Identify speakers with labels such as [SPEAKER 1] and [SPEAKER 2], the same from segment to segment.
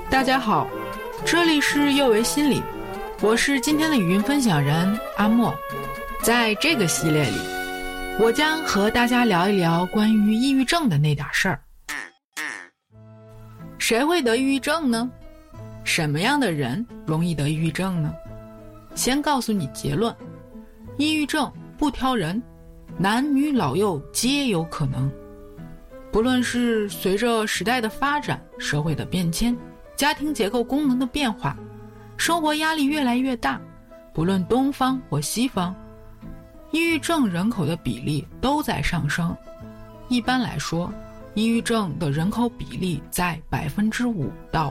[SPEAKER 1] 大家好，这里是幼为心理，我是今天的语音分享人阿莫。在这个系列里，我将和大家聊一聊关于抑郁症的那点事儿。谁会得抑郁症呢？什么样的人容易得抑郁症呢？先告诉你结论，抑郁症不挑人，男女老幼皆有可能。不论是随着时代的发展、社会的变迁、家庭结构功能的变化，生活压力越来越大，不论东方或西方，抑郁症人口的比例都在上升。一般来说，抑郁症的人口比例在 5% 到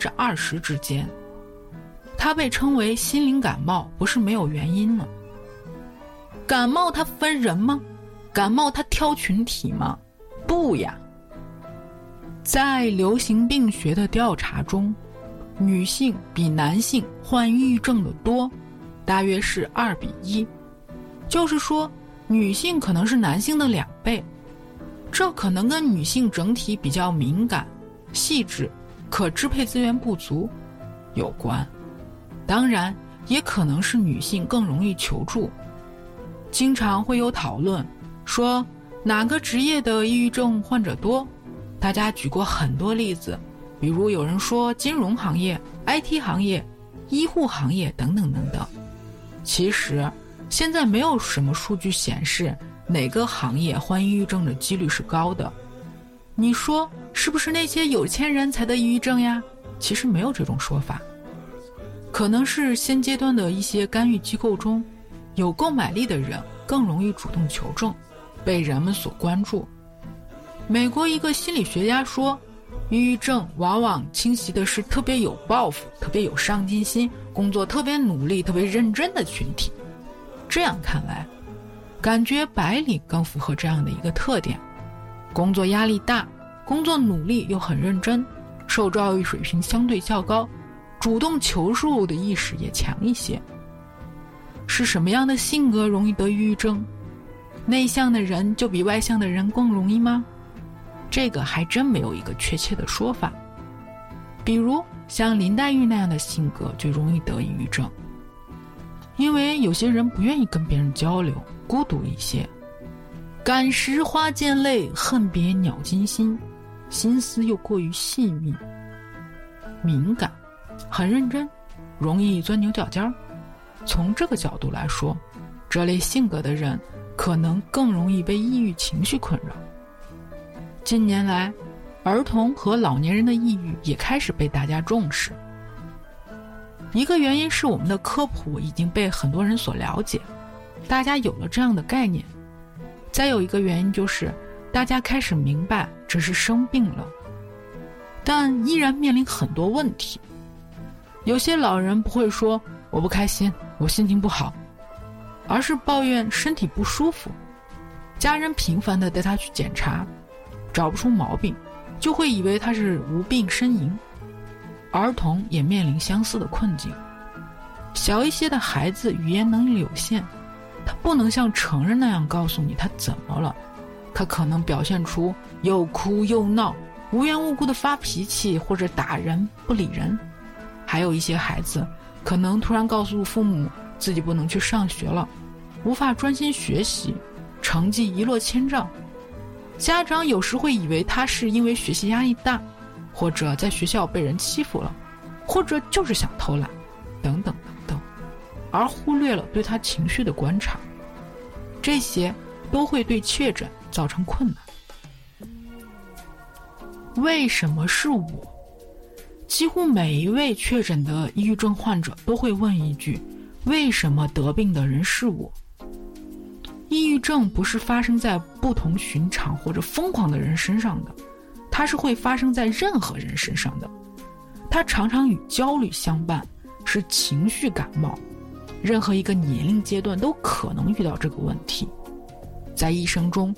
[SPEAKER 1] 20% 之间。它被称为心灵感冒，不是没有原因的。感冒它分人吗？感冒它挑群体吗？不呀。在流行病学的调查中，女性比男性患抑郁症的多，大约是2:1，就是说女性可能是男性的2倍。这可能跟女性整体比较敏感、细致、可支配资源不足有关，当然也可能是女性更容易求助。经常会有讨论说哪个职业的抑郁症患者多，大家举过很多例子，比如有人说金融行业、IT 行业、医护行业等等等等。其实现在没有什么数据显示哪个行业患抑郁症的几率是高的。你说是不是那些有钱人才得抑郁症呀？其实没有这种说法，可能是现阶段的一些干预机构中，有购买力的人更容易主动求证，被人们所关注。美国一个心理学家说，抑郁症往往侵袭的是特别有抱负、特别有上进心、工作特别努力、特别认真的群体。这样看来，感觉白领更符合这样的一个特点，工作压力大，工作努力又很认真，受教育水平相对较高，主动求助的意识也强一些。是什么样的性格容易得抑郁症？内向的人就比外向的人更容易吗？这个还真没有一个确切的说法。比如像林黛玉那样的性格就容易得抑郁症，因为有些人不愿意跟别人交流，孤独一些。感时花溅泪，恨别鸟惊心，心思又过于细密，敏感，很认真，容易钻牛角尖。从这个角度来说，这类性格的人可能更容易被抑郁情绪困扰。近年来，儿童和老年人的抑郁也开始被大家重视。一个原因是我们的科普已经被很多人所了解，大家有了这样的概念。再有一个原因就是大家开始明白这是生病了，但依然面临很多问题。有些老人不会说我不开心，我心情不好，而是抱怨身体不舒服。家人频繁地带他去检查，找不出毛病，就会以为他是无病呻吟。儿童也面临相似的困境。小一些的孩子语言能力有限，他不能像成人那样告诉你他怎么了，他可能表现出又哭又闹，无缘无故的发脾气或者打人不理人。还有一些孩子可能突然告诉父母自己不能去上学了，无法专心学习，成绩一落千丈。家长有时会以为他是因为学习压力大，或者在学校被人欺负了，或者就是想偷懒，等等等等，而忽略了对他情绪的观察。这些都会对确诊造成困难。为什么是我？几乎每一位确诊的抑郁症患者都会问一句，为什么得病的人是我？抑郁症不是发生在不同寻常或者疯狂的人身上的，它是会发生在任何人身上的。它常常与焦虑相伴，是情绪感冒。任何一个年龄阶段都可能遇到这个问题。在一生中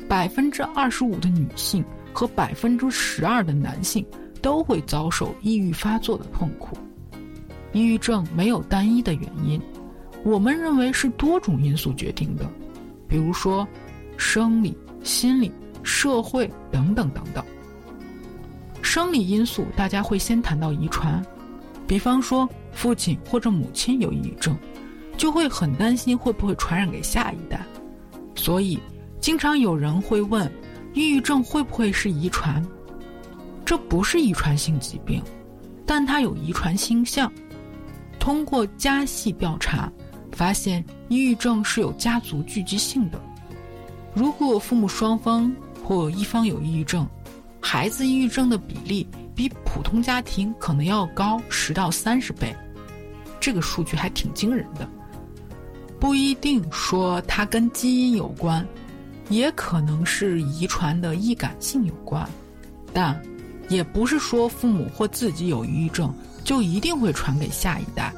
[SPEAKER 1] ，25%的女性和12%的男性都会遭受抑郁发作的痛苦。抑郁症没有单一的原因，我们认为是多种因素决定的，比如说生理、心理、社会等等等等。 生理因素大家会先谈到遗传，比方说父亲或者母亲有抑郁症，就会很担心会不会传染给下一代。所以经常有人会问，抑郁症会不会是遗传？这不是遗传性疾病，但它有遗传倾向。通过家系调查发现，抑郁症是有家族聚集性的。如果父母双方或一方有抑郁症，孩子抑郁症的比例比普通家庭可能要高10到30倍，这个数据还挺惊人的。不一定说它跟基因有关，也可能是遗传的易感性有关，但也不是说父母或自己有抑郁症就一定会传给下一代。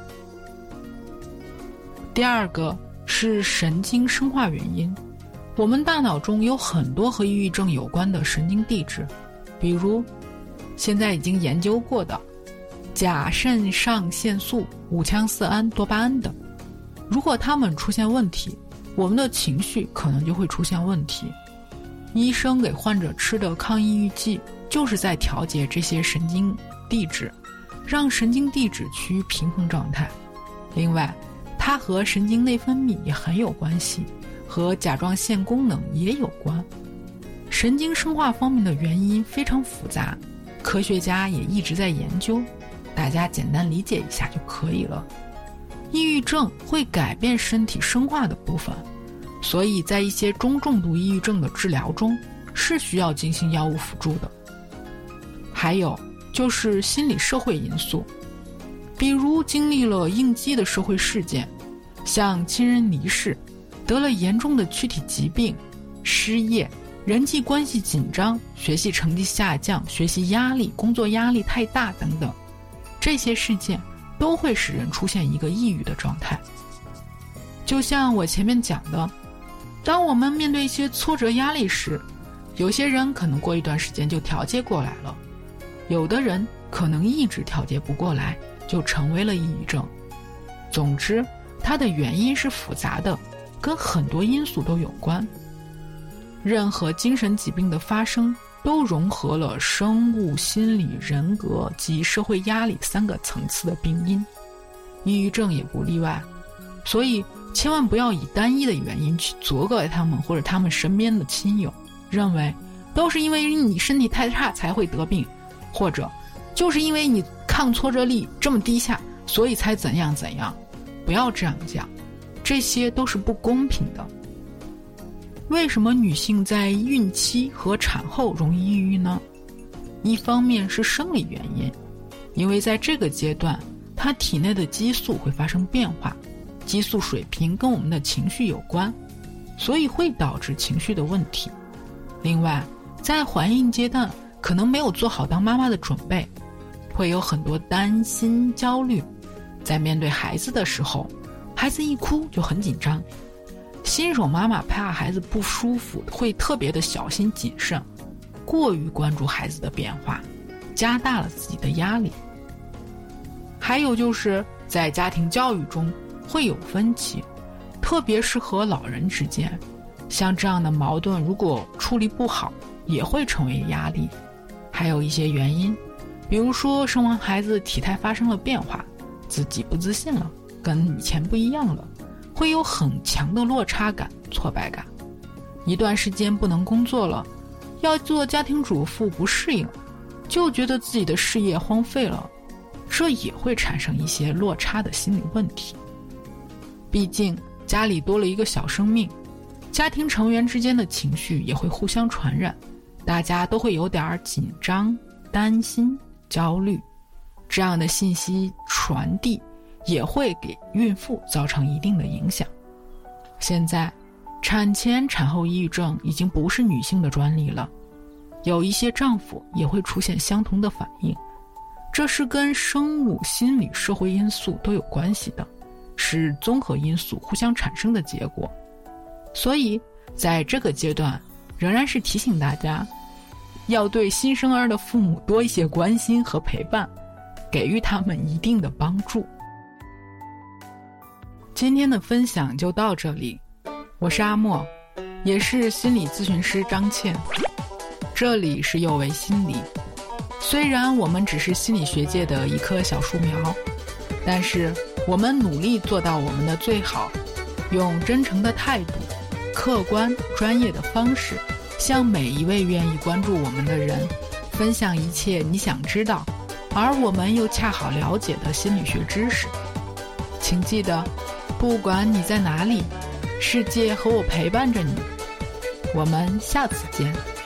[SPEAKER 1] 第二个是神经生化原因。我们大脑中有很多和抑郁症有关的神经递质，比如现在已经研究过的甲肾上腺素、五羟色胺、多巴胺等。如果它们出现问题，我们的情绪可能就会出现问题。医生给患者吃的抗抑郁剂就是在调节这些神经递质，让神经递质趋于平衡状态。另外，它和神经内分泌也很有关系，和甲状腺功能也有关。神经生化方面的原因非常复杂，科学家也一直在研究，大家简单理解一下就可以了。抑郁症会改变身体生化的部分，所以在一些中重度抑郁症的治疗中是需要进行药物辅助的。还有就是心理社会因素，比如经历了应激的社会事件，像亲人离世、得了严重的躯体疾病、失业、人际关系紧张、学习成绩下降、学习压力、工作压力太大等等，这些事件都会使人出现一个抑郁的状态。就像我前面讲的，当我们面对一些挫折压力时，有些人可能过一段时间就调节过来了，有的人可能一直调节不过来，就成为了抑郁症。总之，它的原因是复杂的，跟很多因素都有关。任何精神疾病的发生都融合了生物、心理、人格及社会压力3个层次的病因，抑郁症也不例外。所以千万不要以单一的原因去责怪他们或者他们身边的亲友，认为都是因为你身体太差才会得病，或者就是因为你抗挫折力这么低下，所以才怎样怎样。不要这样讲，这些都是不公平的。为什么女性在孕期和产后容易抑郁呢？一方面是生理原因，因为在这个阶段，她体内的激素会发生变化，激素水平跟我们的情绪有关，所以会导致情绪的问题。另外，在怀孕阶段可能没有做好当妈妈的准备，会有很多担心、焦虑，在面对孩子的时候，孩子一哭就很紧张。新手妈妈怕孩子不舒服，会特别的小心谨慎，过于关注孩子的变化，加大了自己的压力。还有就是在家庭教育中会有分歧，特别是和老人之间，像这样的矛盾如果处理不好，也会成为压力。还有一些原因，比如说生完孩子体态发生了变化，自己不自信了，跟以前不一样了，会有很强的落差感、挫败感。一段时间不能工作了，要做家庭主妇不适应，就觉得自己的事业荒废了，这也会产生一些落差的心理问题。毕竟家里多了一个小生命，家庭成员之间的情绪也会互相传染，大家都会有点紧张、担心、焦虑，这样的信息传递也会给孕妇造成一定的影响。现在产前产后抑郁症已经不是女性的专利了，有一些丈夫也会出现相同的反应，这是跟生物、心理、社会因素都有关系的，是综合因素互相产生的结果。所以在这个阶段仍然是提醒大家，要对新生儿的父母多一些关心和陪伴，给予他们一定的帮助。今天的分享就到这里，我是阿莫，也是心理咨询师张倩，这里是有为心理， 虽然我们只是心理学界的一棵小树苗，但是我们努力做到我们的最好，用真诚的态度、客观专业的方式，向每一位愿意关注我们的人分享一切你想知道而我们又恰好了解的心理学知识。请记得，不管你在哪里，世界和我陪伴着你。我们下次见。